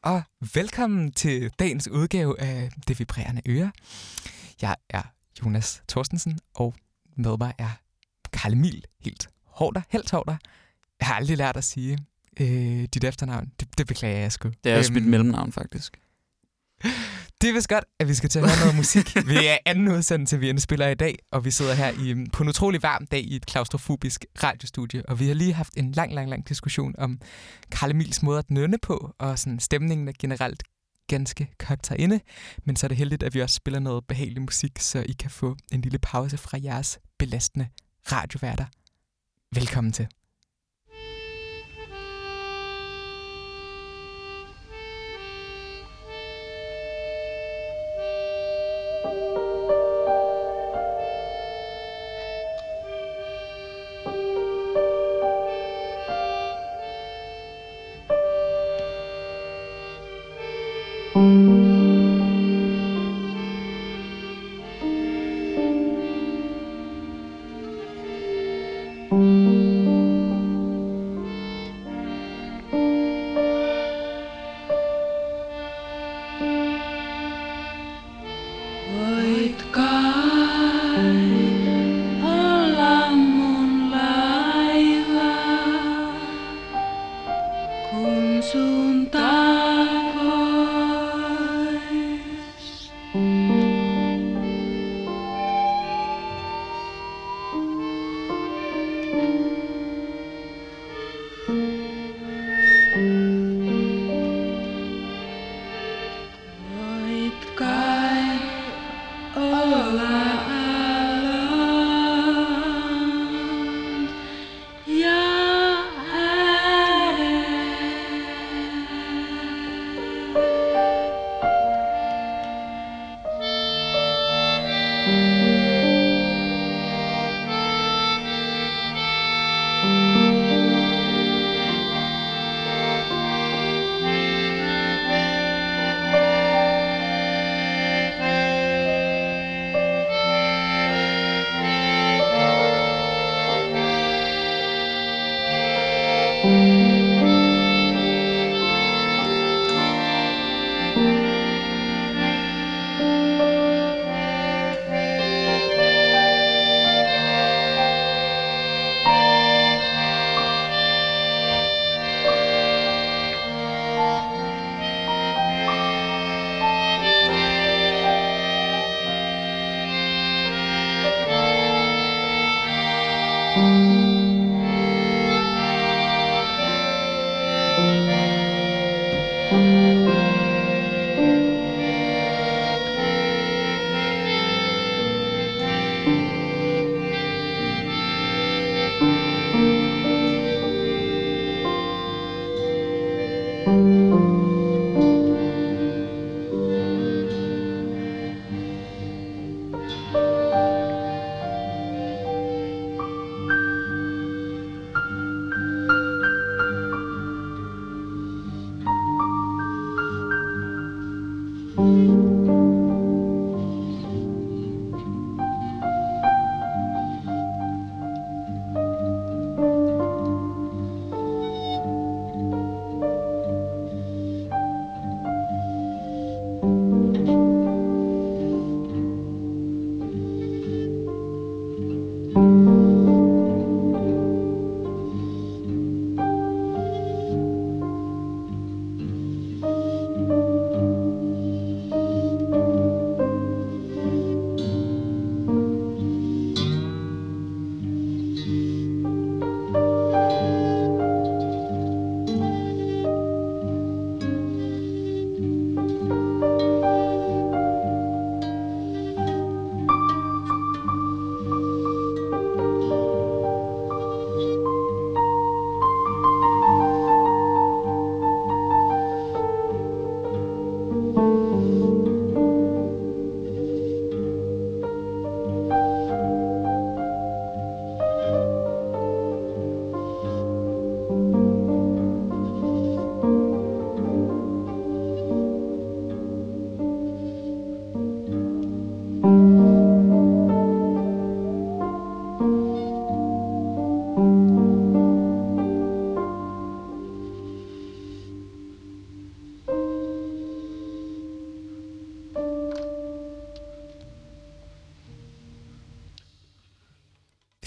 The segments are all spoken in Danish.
og velkommen til dagens udgave af Det Vibrerende Øre. Jeg er Jonas Thorstensen, og med mig er Carl Emil Helthorter. Jeg har aldrig lært at sige dit efternavn. Det beklager jeg sgu. Det er også mit mellemnavn, faktisk. Det er vist godt, at vi skal til at høre noget musik. Vi er anden udsendelse, vi indspiller i dag, og vi sidder her på en utrolig varm dag i et klaustrofobisk radiostudie. Og vi har lige haft en lang diskussion om Carl Emils måde at nynne på, og sådan stemningen er generelt ganske kogt herinde. Men så er det heldigt, at vi også spiller noget behagelig musik, så I kan få en lille pause fra jeres belastende radioværter. Velkommen til.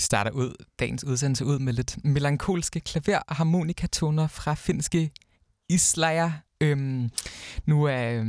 starter dagens udsendelse ud med lidt melankolske klaver- og harmonikatoner fra finske Islaja. Nu er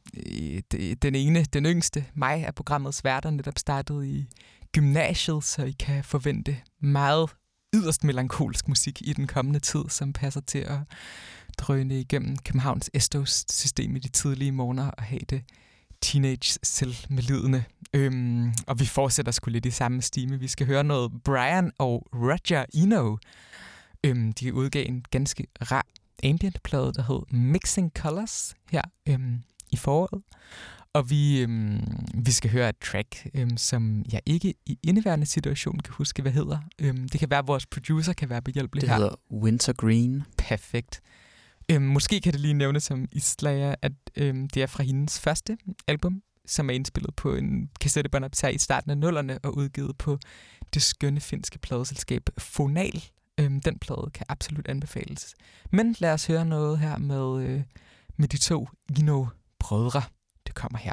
den yngste, mig, af programmets værter netop startet i gymnasiet, så I kan forvente meget yderst melankolsk musik i den kommende tid, som passer til at drøne igennem Københavns S-togssystem i de tidlige morgener og have det teenage-selvmedlidende. Og vi fortsætter sgu lidt i samme stime. Vi skal høre noget Brian og Roger Eno. De udgav en ganske rar ambient-plade, der hed Mixing Colors her i foråret. Og vi skal høre et track, som jeg ikke i indeværende situation kan huske, hvad hedder. Det kan være, at vores producer kan være behjælpelig her. Det hedder Wintergreen. Perfekt. Måske kan det lige nævnes som Islaja, at det er fra hendes første album, som er indspillet på en kassettebåndoptager i starten af nullerne og udgivet på det skønne finske pladeselskab Fonal. Den plade kan absolut anbefales. Men lad os høre noget her med de to Eno-brødre. Det kommer her.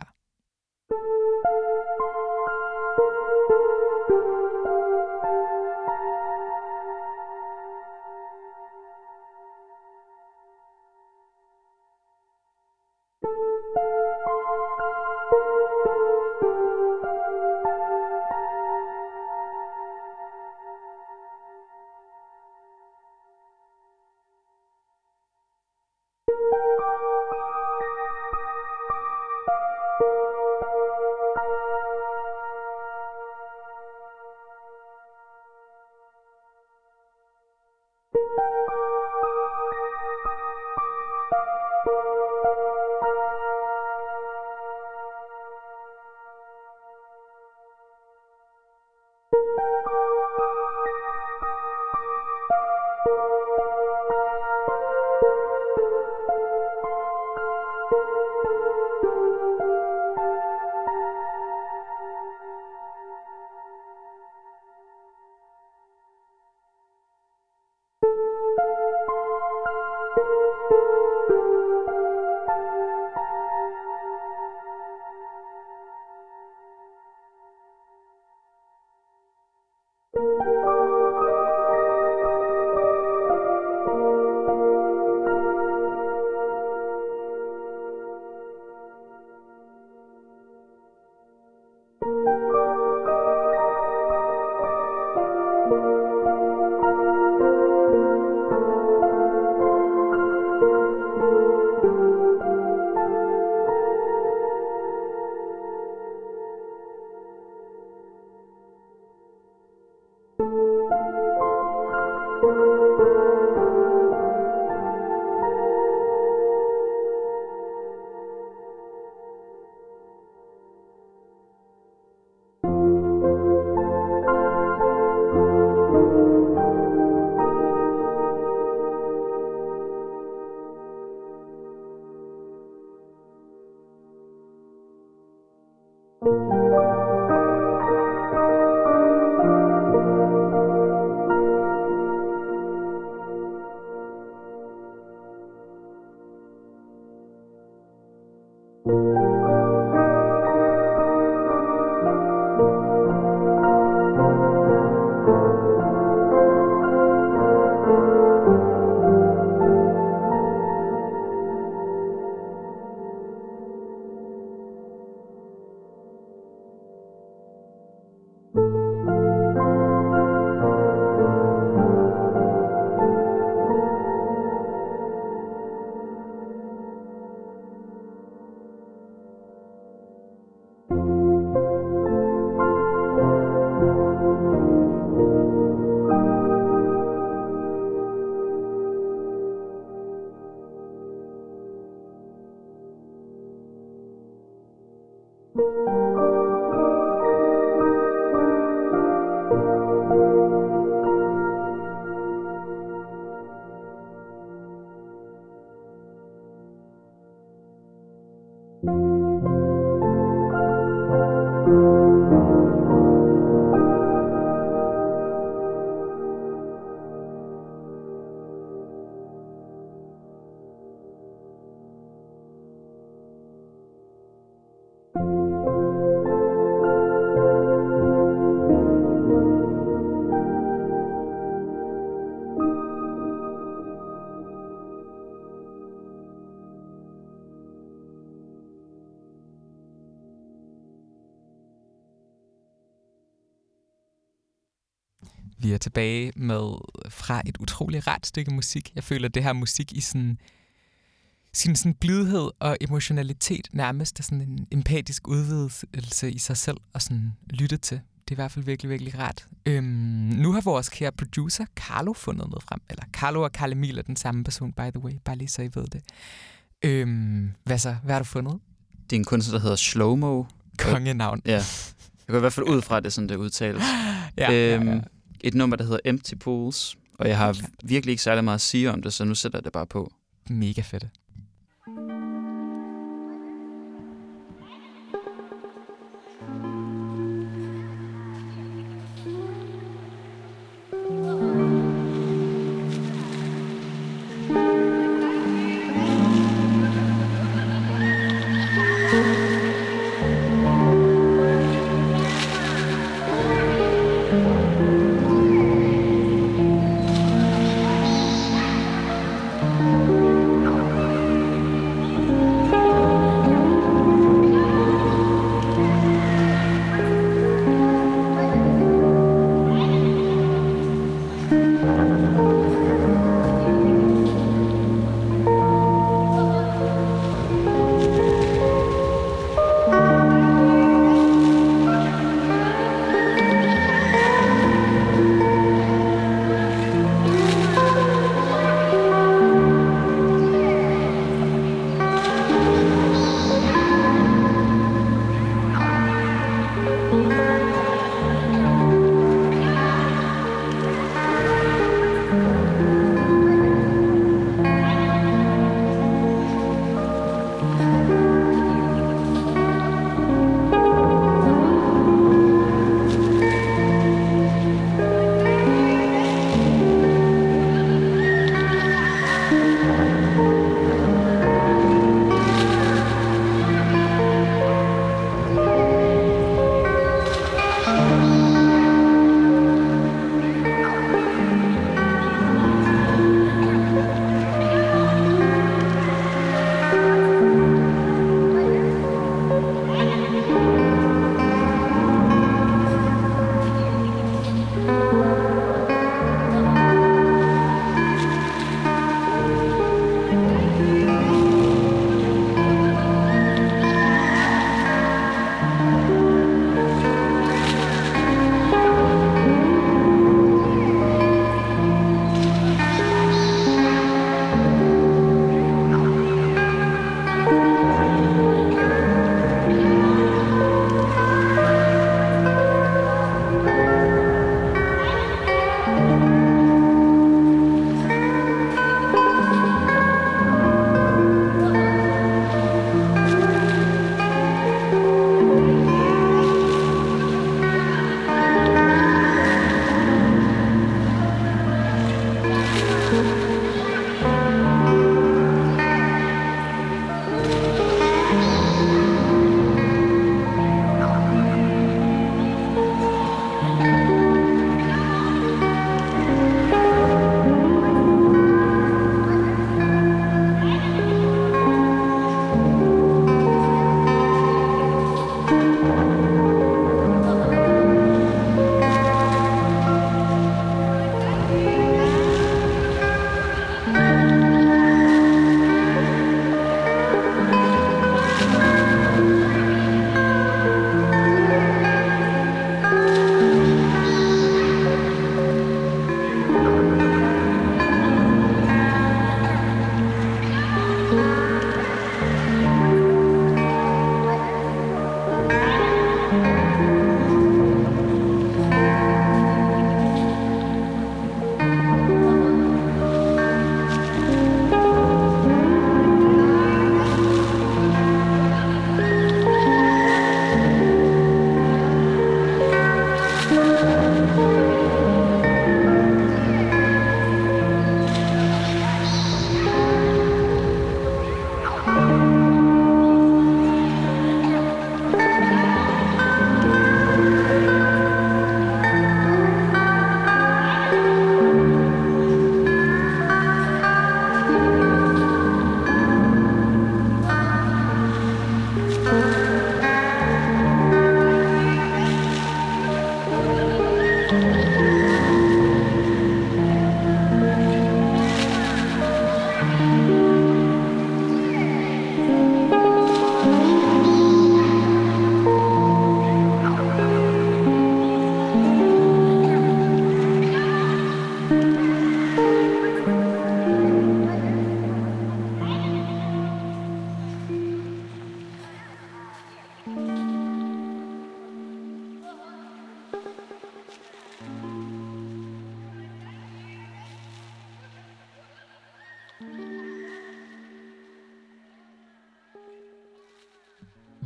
Vi er tilbage med fra et utroligt rart stykke musik. Jeg føler, at det her musik i sin blidhed og emotionalitet nærmest er sådan en empatisk udvidelse i sig selv og sådan lytte til. Det er i hvert fald virkelig, virkelig rart. Nu har vores kære producer, Carlo, fundet noget frem. Eller Carlo og Carl Emil er den samme person, by the way. Bare lige så I ved det. Hvad så? Hvad har du fundet? Det er en kunstner, der hedder Slowmo. Kongenavn. Ja. Jeg går i hvert fald ud fra det, sådan det udtales. Ja. Et nummer, der hedder Empty Pools. Og jeg har virkelig ikke særlig meget at sige om det, så nu sætter jeg det bare på. Mega fedt.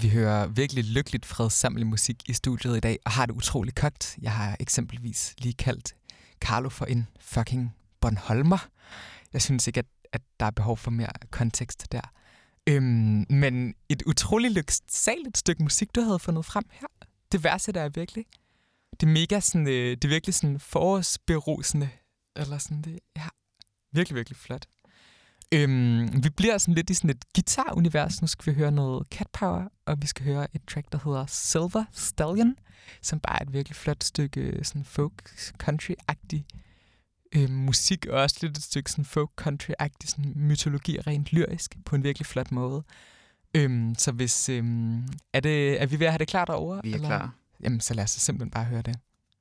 Vi hører virkelig lykkeligt fredsamlig musik i studiet i dag, og har det utroligt kogt. Jeg har eksempelvis lige kaldt Carlo for en fucking Bornholmer. Jeg synes ikke, at der er behov for mere kontekst der. Men et utroligt lyksaligt stykke musik, du havde fundet frem her. Det værdsætter jeg virkelig. Det er mega sådan, det er virkelig sådan forårsberusende. Eller sådan det, ja, virkelig, virkelig flot. Vi bliver sådan lidt i sådan et guitar-univers. Nu skal vi høre noget Cat Power, og vi skal høre et track, der hedder Silver Stallion, som bare er et virkelig flot stykke sådan folk-country-agtig musik, og også lidt et stykke sådan folk-country-agtig sådan mytologi, rent lyrisk, på en virkelig flot måde. Så hvis... er vi ved at have det klart derovre? Vi er klar. Jamen, så lad os simpelthen bare høre det.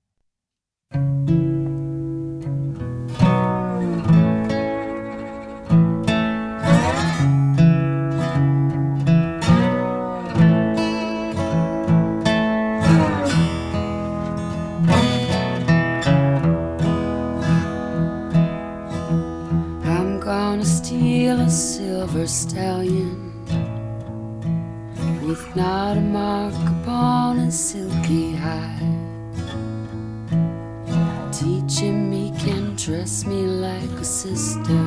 Silver stallion with not a mark upon his silky hide, teaching me can trust me like a sister.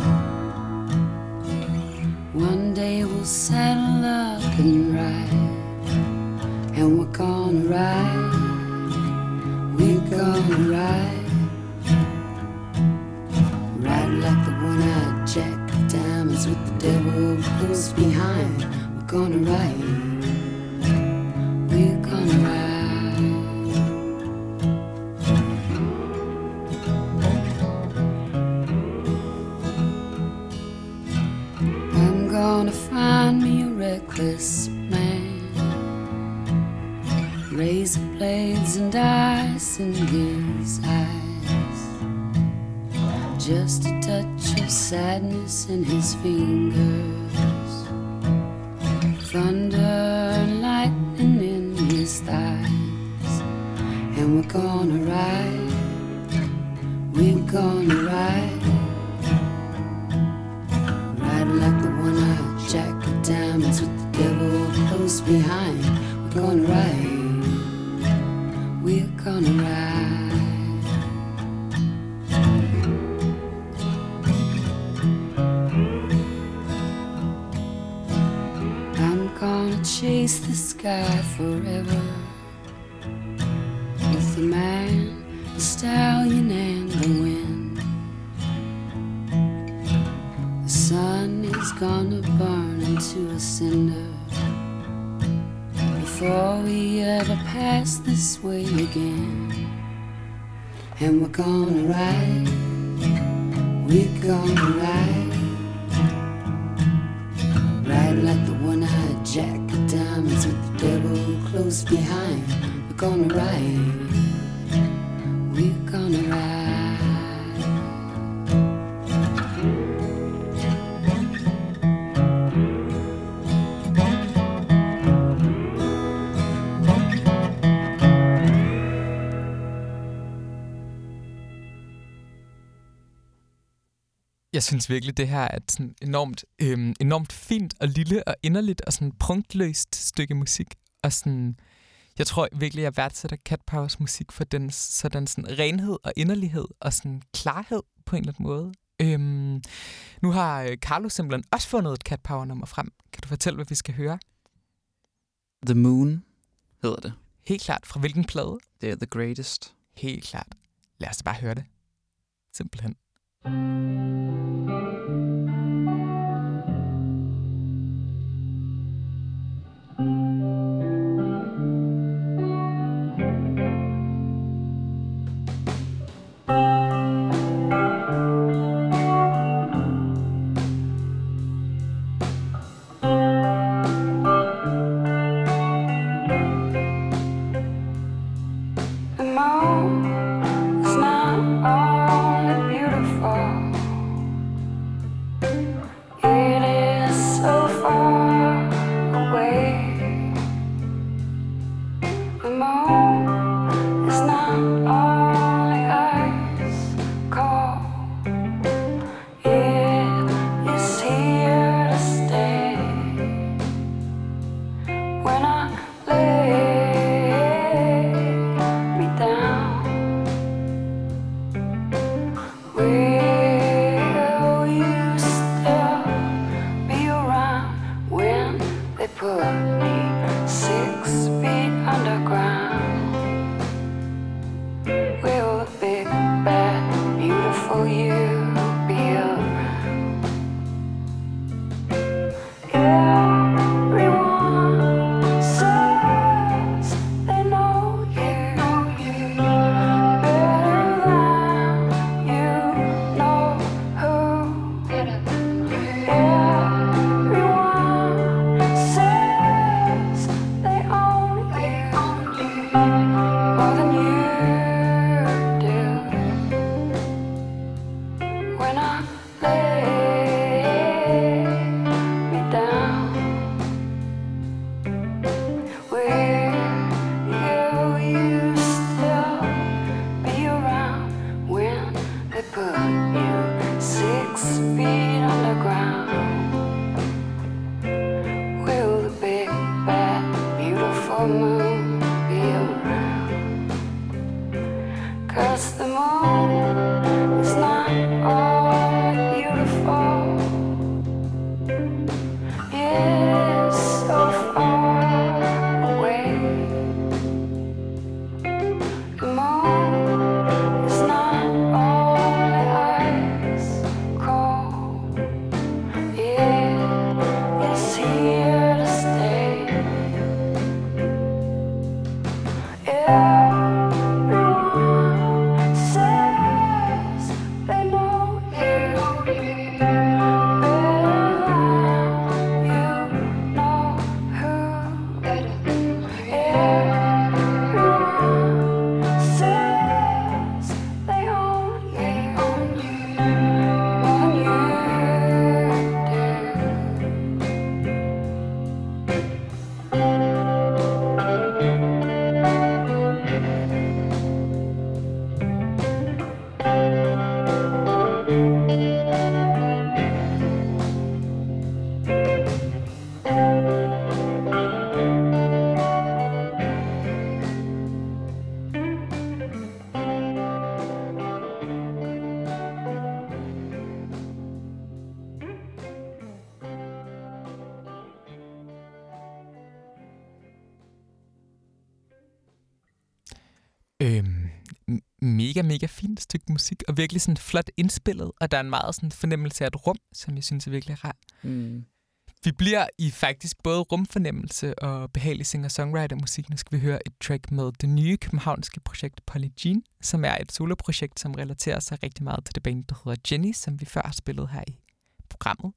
One day we'll saddle up and ride, and we're gonna ride, we're gonna ride, ride like the one-eyed Jack. Diamonds with the devil close behind. We're gonna ride, we're gonna ride. I'm gonna find me a reckless man, razor blades and ice in his eyes, just a touch of sadness in his fingers, thunder and lightning in his thighs. And we're gonna ride, we're gonna ride, ride like the one-eyed Jack of diamonds with the devil close behind. We're gonna ride, we're gonna ride. Chase the sky forever with the man, the stallion, and the wind. The sun is gonna burn into a cinder before we ever pass this way again. And we're gonna ride, we're gonna ride, ride like the one-eyed Jack of diamonds with the devil close behind. We're gonna ride, we're gonna ride. Jeg synes virkelig, det her er et sådan enormt fint og lille og inderligt og sådan prunkløst stykke musik. Og sådan, jeg tror virkelig, jeg værdsætter Cat Powers musik for den sådan renhed og inderlighed og sådan klarhed på en eller anden måde. Nu har Carlo simpelthen også fundet et Cat Power-nummer frem. Kan du fortælle, hvad vi skal høre? The Moon hedder det. Helt klart. Fra hvilken plade? Det er The Greatest. Helt klart. Lad os bare høre det. Simpelthen. The moon is not only ice, 'cause the moon is not all beautiful. It's so far away. The moon is not all the ice cold. It is here to stay. Everyone says they know you better than you know who. Everyone says they only own you when you do. Mega fint stykke musik, og virkelig sådan flot indspillet, og der er en meget sådan fornemmelse af et rum, som jeg synes er virkelig rar. Mm. Vi bliver i faktisk både rumfornemmelse og behagelig singer-songwriter-musik. Nu skal vi høre et track med det nye københavnske projekt Polly Jean, som er et soloprojekt, som relaterer sig rigtig meget til det band, der hedder Jenny, som vi før har spillet her i programmet.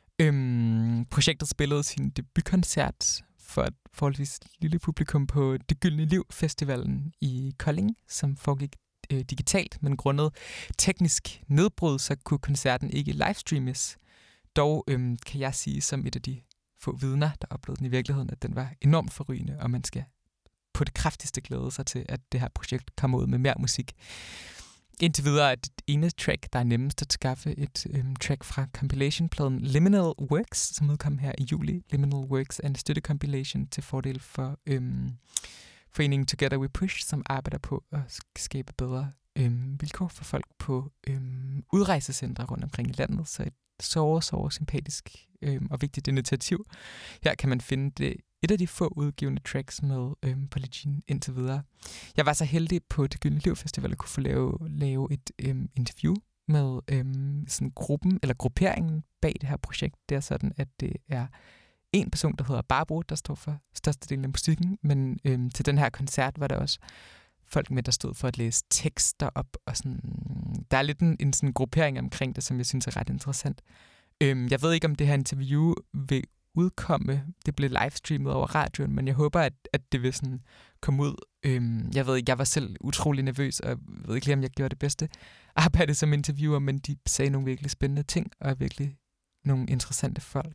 Projektet spillede sin debutkoncert for et forholdsvis lille publikum på Det Gyldne Liv Festivalen i Kolding, som foregik digitalt, men grundet teknisk nedbrud, så kunne koncerten ikke livestreames. Dog kan jeg sige, som et af de få vidner, der oplevede den i virkeligheden, at den var enormt forrygende, og man skal på det kraftigste glæde sig til, at det her projekt kommer ud med mere musik. Indtil videre er det ene track, der er nemmest at skaffe, et track fra compilationpladen Liminal Works, som udkom her i juli. Liminal Works er en støttecompilation til fordel for foreningen Together We Push, som arbejder på at skabe bedre vilkår for folk på udrejsecentre rundt omkring i landet. Så et så sympatisk og vigtigt initiativ. Her kan man finde et af de få udgivende tracks med Polly Jean indtil videre. Jeg var så heldig på Det Gyldne Liv Festival at kunne få lave et interview med sådan gruppen, eller grupperingen bag det her projekt. Det er sådan, at det er en person, der hedder Barbro, der står for størstedelen af musikken, men til den her koncert var der også folk med, der stod for at læse tekster op, og sådan, der er lidt en sådan gruppering omkring det, som jeg synes er ret interessant. Jeg ved ikke, om det her interview vil udkomme. Det blev livestreamet over radioen, men jeg håber, at det vil sådan komme ud. Jeg ved ikke, jeg var selv utrolig nervøs, og jeg ved ikke lige, om jeg gjorde det bedste arbejde som interviewer, men de sagde nogle virkelig spændende ting, og er virkelig nogle interessante folk.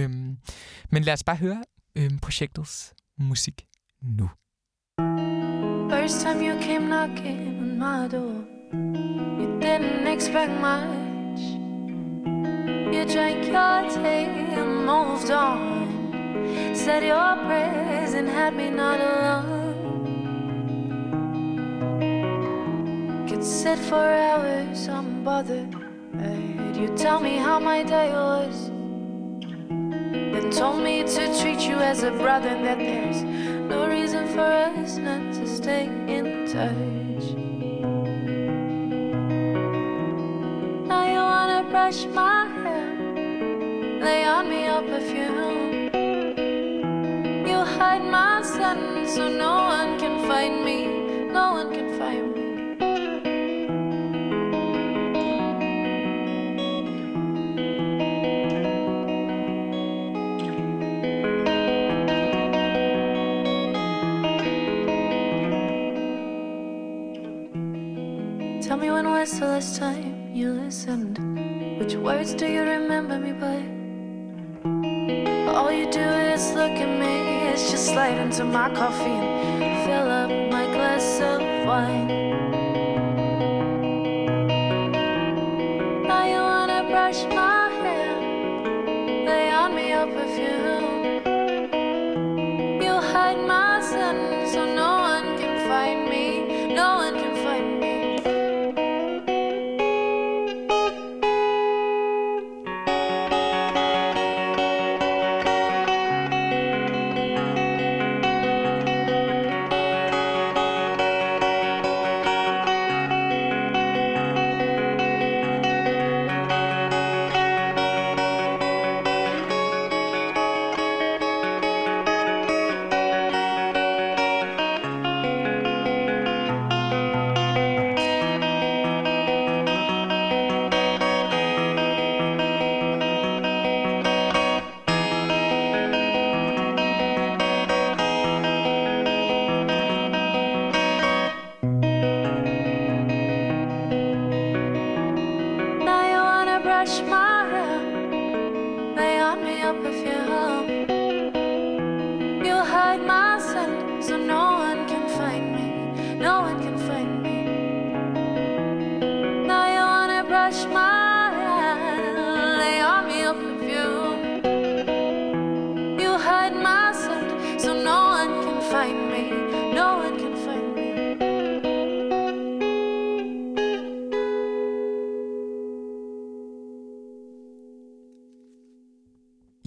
Men lad os bare høre projektets musik nu. First time you came knocking on my door, you didn't expect much. You drank your tea and moved on, said your prayers and had me not alone. Could sit for hours unbothered, you tell me how my day was, then told me to treat you as a brother, and that there's no reason for us not to stay in touch. Now you wanna brush my hair, lay on me your perfume. You hide my sun so no one can find me, no one can find me. Tell me, when was the last time you listened? Which words do you remember me by? All you do is look at me. It's just slide into my coffee and fill up my glass of wine. Now you wanna brush my hair, lay on me your perfume. You hide my sun so no one can find me, no one can find me.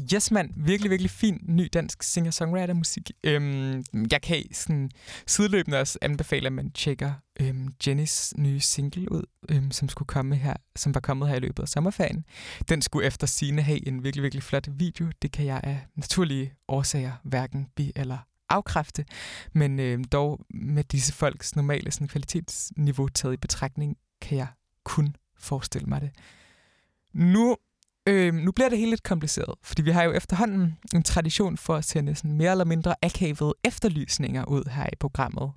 Yes Man, virkelig, virkelig fin ny dansk singer-songwriter-musik. Jeg kan sådan sideløbende også anbefale, at man tjekker Jennys nye single ud, som var kommet her i løbet af sommerferien. Den skulle efter sigende have en virkelig, virkelig flot video. Det kan jeg af naturlige årsager hverken eller afkræfte, men dog med disse folks normale sådan, kvalitetsniveau taget i betragtning, kan jeg kun forestille mig det. Nu bliver det helt lidt kompliceret, fordi vi har jo efterhånden en tradition for at sende sådan mere eller mindre akavede efterlysninger ud her i programmet.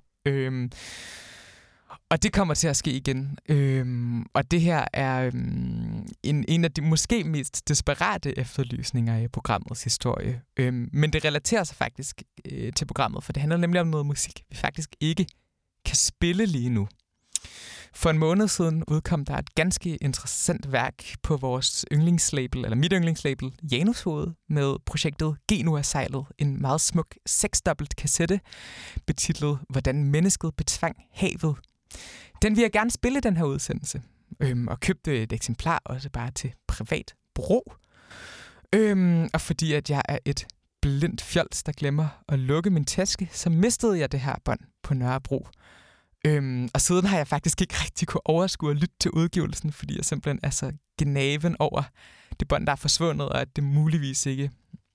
Og det kommer til at ske igen. Og det her er en af de måske mest desperate efterlysninger i programmets historie. Men det relaterer sig faktisk til programmet, for det handler nemlig om noget musik, vi faktisk ikke kan spille lige nu. For en måned siden udkom der et ganske interessant værk på vores yndlingslabel, eller mit yndlingslabel, Janushoved, med projektet G nu er sejlet. En meget smuk seksdobbelt kassette, betitlet Hvordan mennesket betvang havet. Den vil jeg gerne spille i den her udsendelse, og købte et eksemplar også bare til privat brug. Og fordi at jeg er et blindt fjols, der glemmer at lukke min taske, så mistede jeg det her bånd på Nørrebro. Og siden har jeg faktisk ikke rigtig kunne overskue at lytte til udgivelsen, fordi jeg simpelthen er så gnaven over det bånd, der er forsvundet, og at det muligvis ikke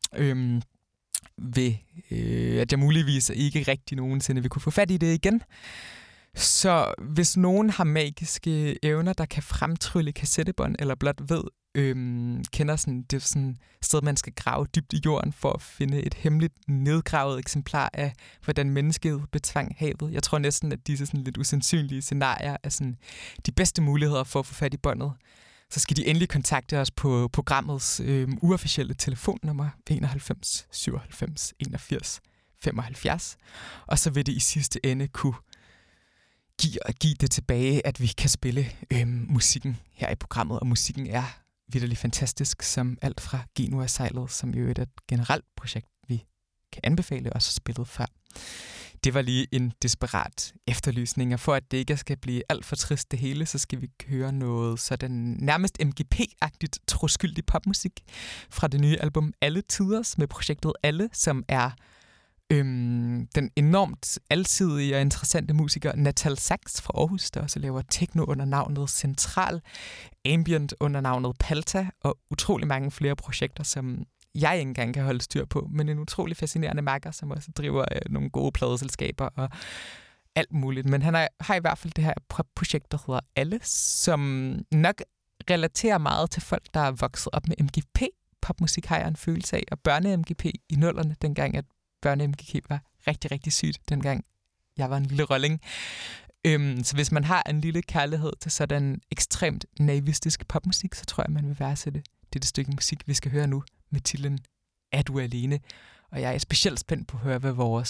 at jeg muligvis ikke rigtig nogensinde vil kunne få fat i det igen. Så hvis nogen har magiske evner, der kan fremtrylle kassettebånd, eller blot kender sådan, det er sådan et sted, man skal grave dybt i jorden for at finde et hemmeligt nedgravet eksemplar af, hvordan mennesket betvang havet. Jeg tror næsten, at disse sådan lidt usandsynlige scenarier er sådan de bedste muligheder for at få fat i båndet. Så skal de endelig kontakte os på programmets uofficielle telefonnummer 91 97 81 75. Og så vil det i sidste ende kunne give det tilbage, at vi kan spille musikken her i programmet. Og musikken er vitterlig fantastisk, som alt fra G nu er sejlet, som jo er et generelt projekt, vi kan anbefale også spillet før. Det var lige en desperat efterlysning, og for at det ikke skal blive alt for trist det hele, så skal vi høre noget sådan nærmest MGP-agtigt troskyldig popmusik fra det nye album Alle Tiders med projektet Alle, som er den enormt alsidige og interessante musiker Natal Sachs fra Aarhus, der også laver techno under navnet Central, ambient under navnet Palta og utrolig mange flere projekter, som jeg ikke engang kan holde styr på, men en utrolig fascinerende makker, som også driver nogle gode pladeselskaber og alt muligt. Men han har i hvert fald det her projekt, der hedder Alle, som nok relaterer meget til folk, der er vokset op med MGP. Popmusik har jeg en følelse af, og børne-MGP i nullerne, dengang at børne-MGP var rigtig, rigtig sygt, dengang jeg var en lille rolling. Så hvis man har en lille kærlighed til sådan ekstremt naivistisk popmusik, så tror jeg, man vil værdsætte det stykke musik, vi skal høre nu med titlen Er du alene? Og jeg er specielt spændt på at høre, hvad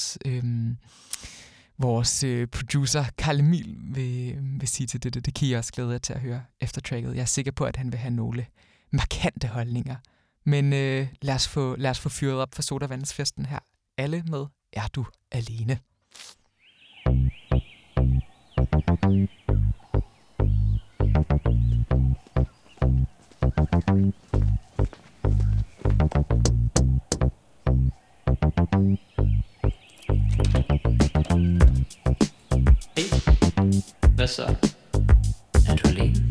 vores producer Karl Emil vil sige til det. Det kan jeg også glæde jer til at høre efter tracket. Jeg er sikker på, at han vil have nogle markante holdninger. Men lad os få fyret op for sodavandsfesten her. Alle med Er du alene? Hey, hvad så? Er du alene?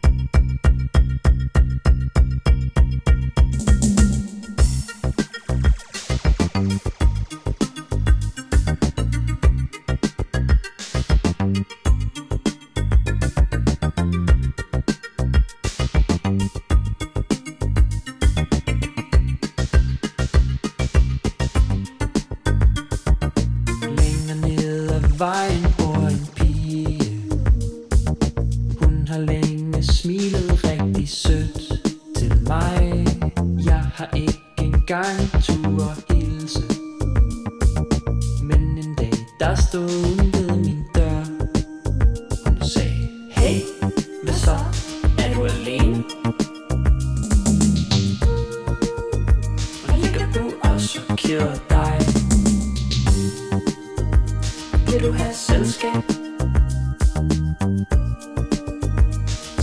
vejen bor en pige. Hun har længe smilet rigtig sødt til mig. Jeg har ikke engang tur hilse, men en dag der stod hun ved min dør. Hun sagde, hey, hvad så? Er du alene? Og ligger du også chokeret dig? Vil du have selskab?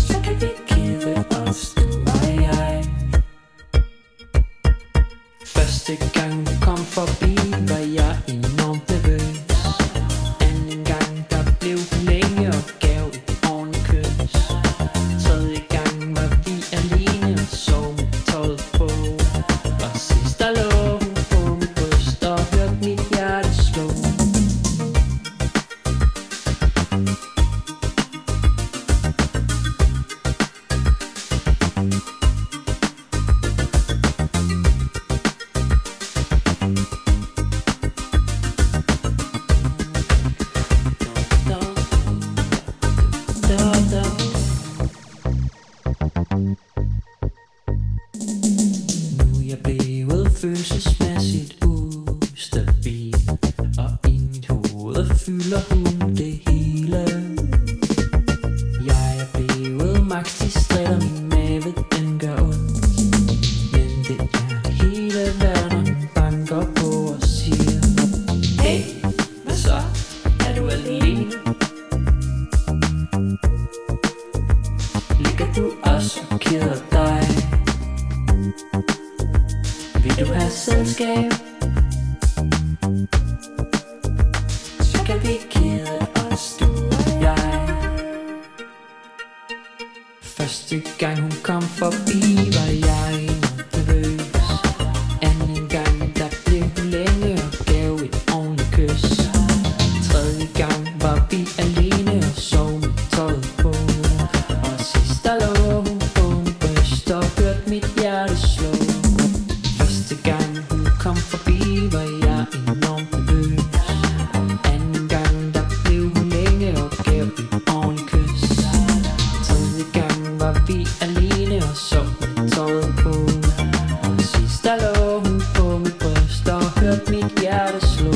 max distrætter min mave, den gør ondt. Men det er hele verden banker på og siger: hey, hvad så? Er du alene? Ligger du også og keder dig? Vil du have selskab? Så kan vi kede os, du og jeg. Første gang hun kom forbi, var jeg nervøs. Anden gang, der blev hun længe og gav et ordentligt kys. Tredje gang var vi alene og sov med tøjet på. Og sidst der lå hun på min bryst og hørte mit hjerte slå. Første gang hun kom forbi, var jeg enormt nervøs. Anden gang, der blev hun længe og gav et ordentligt kys. Tredje gang var vi alene og sov med tøjet på. Og sidst der lå hun på mit bryst og hørte mit hjerte slå.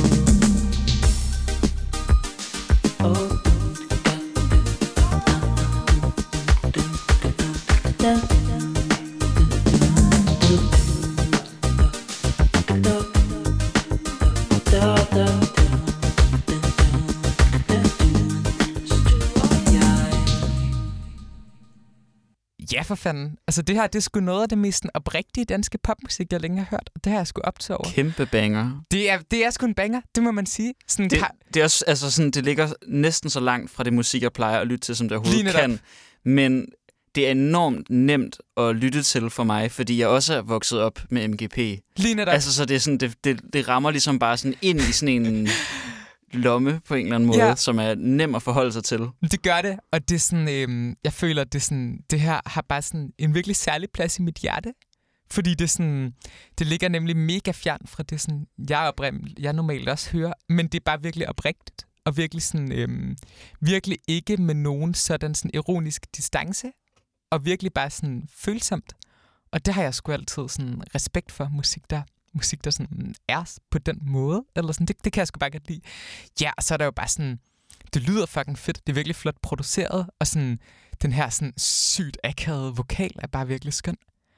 Ja, for fanden. Altså, det her, det er sgu noget af det mest oprigtige danske popmusik, jeg længe har hørt. Og det har jeg sgu optaget over. Kæmpe banger. Det er sgu en banger, det må man sige. Sådan, Det er også, altså sådan, det ligger næsten så langt fra det musik, jeg plejer at lytte til, som det overhovedet Lige netop. kan. Men det er enormt nemt at lytte til for mig, fordi jeg også er vokset op med MGP. Lige netop. Altså, så det er sådan, det rammer ligesom bare sådan ind i sådan en lomme på en eller anden måde, som er nem at forholde sig til. Det gør det, og det er sådan, jeg føler, at det her har bare sådan en virkelig særlig plads i mit hjerte. Fordi det er sådan, det ligger nemlig mega fjern fra det, sådan, jeg normalt også hører, men det er bare virkelig oprigtigt, og virkelig sådan, virkelig ikke med nogen sådan ironisk distance, og virkelig bare sådan følsomt. Og det har jeg sgu altid sådan respekt for, musik, der sådan er på den måde, eller sådan, det kan jeg sgu bare godt lide. Ja, og så er der jo bare sådan, det lyder fucking fedt, det er virkelig flot produceret, og sådan, den her sådan sygt akavede vokal er bare virkelig skøn.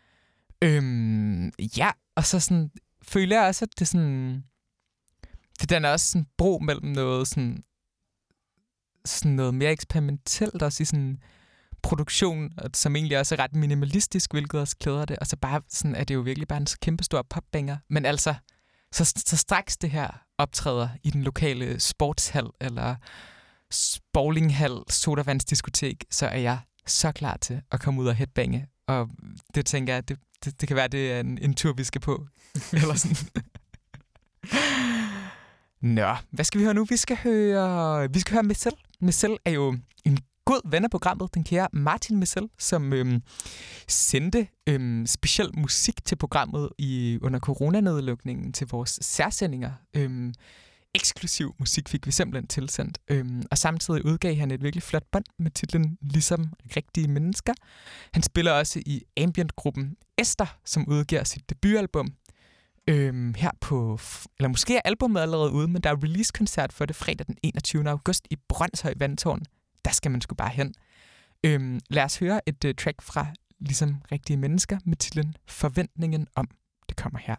Ja, og så sådan, føler jeg også, at det sådan, det danner også sådan bro mellem noget sådan noget mere eksperimentelt, også i sådan produktion, som egentlig også er ret minimalistisk, hvilket også klæder det. Og så bare sådan, er det jo virkelig bare en kæmpestor popbanger. Men altså, så straks det her optræder i den lokale sportshal, eller bowlinghal, sodavandsdiskotek, så er jeg så klar til at komme ud og headbange. Og det tænker jeg, det kan være, det er en tur, vi skal på. Eller sådan. Nå, hvad skal vi høre nu? Vi skal høre Messel. Messel er jo en god ven af programmet, den kære Martin Messel, som sendte speciel musik til programmet under coronanedlukningen til vores særsendinger. Eksklusiv musik fik vi simpelthen tilsendt. Og samtidig udgav han et virkelig flot bånd med titlen Ligesom rigtige mennesker. Han spiller også i ambient-gruppen Esther, som udgiver sit debutalbum. Her på, eller måske er albumet allerede ude, men der er release-koncert for det fredag den 21. august i Brønshøj Vandtårn. Der skal man sgu bare hen. Lad os høre et track fra Ligesom rigtige mennesker med titlen Forventningen om. Det kommer her.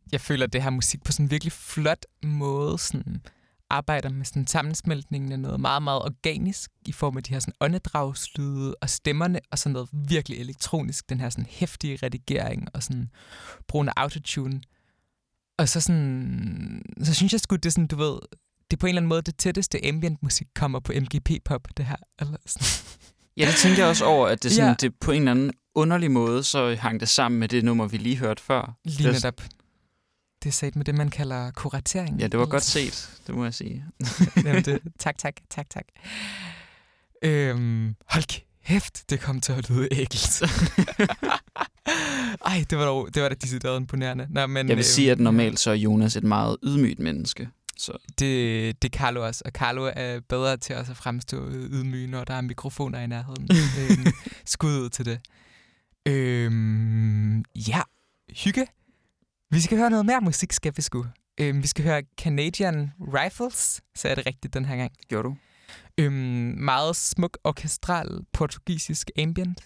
jeg føler, at det her musik på sådan en virkelig flot måde sådan arbejder med sådan sammensmeltningen af noget meget, meget organisk i form af de her sådan åndedragslyde og stemmerne og sådan noget virkelig elektronisk, den her sådan heftige redigering og sådan brugen af autotune. Og så synes jeg sgu, det er sådan, du ved, det er på en eller anden måde det tætteste ambient musik kommer på MGP-pop, det her. Eller sådan. Ja, det tænker jeg også over, at det, sådan, det på en eller anden underlig måde, så hang det sammen med det nummer, vi lige hørte før. Lige netop. Det er sat med det, man kalder kuratering. Ja, det var godt set, det må jeg sige. Jamen det, tak. Hold kæft, det kom til at lyde ægelt. Ej, det var da decideret imponerende. Nå, men, jeg vil sige, at normalt så er Jonas et meget ydmygt menneske. Så. Det er Carlo også, og Carlo er bedre til også at fremstå ydmyg, når der er mikrofoner i nærheden. Skud ud til det. Ja, hygge. Vi skal høre noget mere musik, skal vi sgu. Vi skal høre Canadian Rifles, så er det rigtigt den her gang. Gjorde du? Meget smuk, orkestral, portugisisk ambient.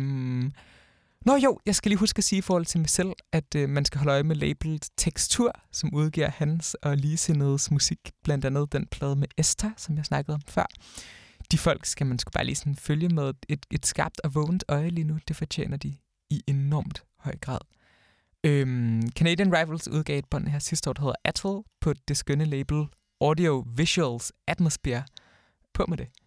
Jeg skal lige huske at sige i forhold til mig selv, at man skal holde øje med labelet Tekstur, som udgiver hans og ligesindedes musik. Blandt andet den plade med Esther, som jeg snakkede om før. De folk skal man sgu bare lige sådan følge med et skarpt og vågent øje lige nu. Det fortjener de i enormt høj grad. Canadian Rifles udgav et bånd her sidste år, der hedder Atoll, på det skønne label Audio Visuals Atmosphere. På med det.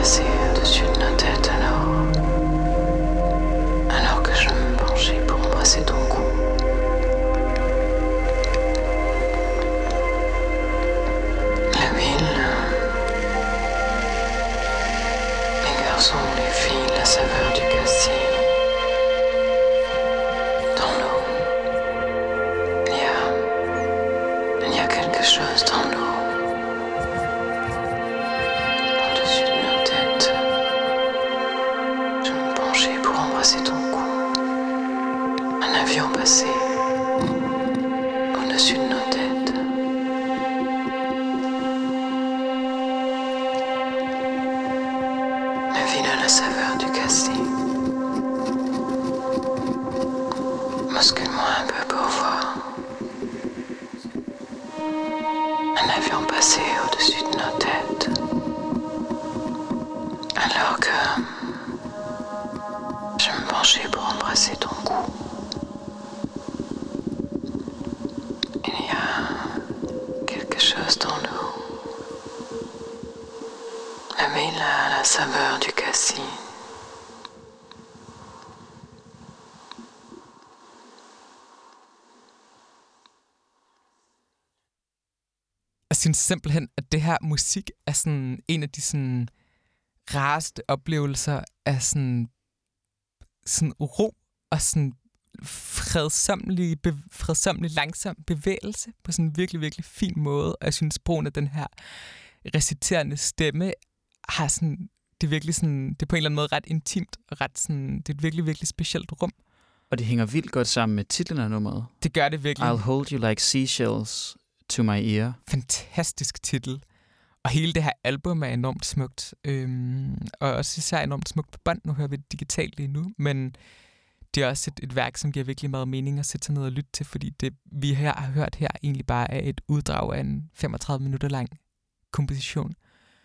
passé au-dessus de nos têtes alors que je me penchais pour embrasser ton cou. La ville, les garçons, les filles, la saveur du cassis. Dans l'eau, il y a quelque chose dans l'eau. Au-dessus de nos têtes, je me penchais pour embrasser ton cou. Un avion passait au-dessus de nos têtes. La ville a la saveur du casting. Muscule-moi un peu pour voir. Un avion passait au-dessus de nos têtes. Alors que je me penchais pour embrasser ton cou. Il y a quelque chose dans l'eau. La ville a la saveur du cassis. Jeg synes simpelthen, at det her musik er sådan en af de sådan rareste oplevelser af sådan ro og sådan fredsommelig langsom bevægelse på sådan en virkelig, virkelig fin måde. Og jeg synes, brugen af den her reciterende stemme har sådan, det er virkelig sådan, det er på en eller anden måde ret intimt og ret sådan, det er et virkelig, virkelig specielt rum. Og det hænger vildt godt sammen med titlen af nummeret. Det gør det virkelig. I'll hold you like seashells to my ear. Fantastisk titel. Og hele det her album er enormt smukt. Og også især enormt smukt på bånd. Nu hører vi det digitalt lige nu. Men det er også et værk, som giver virkelig meget mening at sætte sig ned og lytte til. Fordi det, vi her har hørt her, egentlig bare er et uddrag af en 35 minutter lang komposition.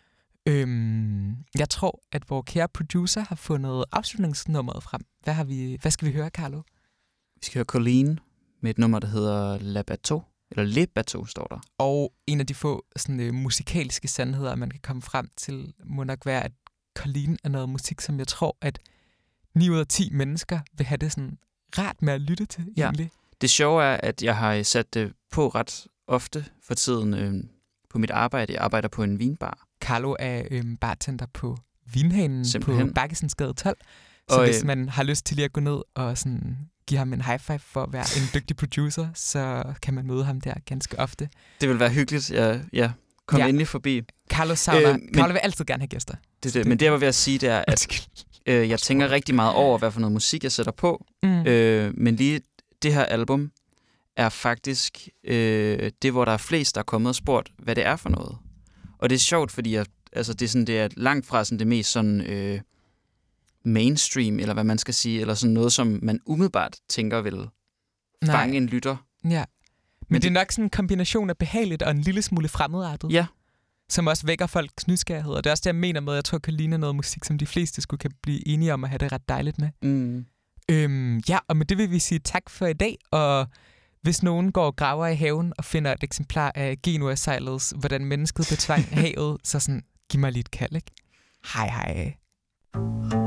Jeg tror, at vores kære producer har fundet afslutningsnummeret frem. Hvad skal vi høre, Carlo? Vi skal høre Colleen med et nummer, der hedder La Bateau. Eller Le Bateau, står der. Og en af de få sådan, musikalske sandheder, man kan komme frem til, må nok være, at Colleen er noget musik, som jeg tror, at 9 ud af 10 mennesker vil have det sådan rart med at lytte til, egentlig. Ja. Det sjove er, at jeg har sat det på ret ofte for tiden på mit arbejde. Jeg arbejder på en vinbar. Carlo er bartender på Vinhanen på Bakkesensgade 12. Så og, hvis man har lyst til lige at gå ned og sådan give ham en high five for at være en dygtig producer, så kan man møde ham der ganske ofte. Det vil være hyggeligt. Ja. Kom endelig forbi. Carlo vil altid gerne have gæster. Det. Men det, jeg var ved at sige, det er, at jeg tænker rigtig meget over, hvad for noget musik, jeg sætter på. Men lige det her album er faktisk det, hvor der er flest, der er kommet og spurgt, hvad det er for noget. Og det er sjovt, fordi det er langt fra sådan det mest sådan mainstream, eller hvad man skal sige, eller sådan noget, som man umiddelbart tænker vil fange en lytter. Ja. Men det er nok sådan en kombination af behageligt og en lille smule fremadrettet. Ja. Som også vækker folks nysgerrighed. Og det er også det, jeg mener med, at jeg tror, kan ligne noget musik, som de fleste skulle kan blive enige om at have det ret dejligt med. Og med det vil vi sige tak for i dag, og hvis nogen går og graver i haven og finder et eksemplar af Genua Sejlets Hvordan mennesket betvang havet, så sådan, giv mig lige et kald, ikke? Hej hej.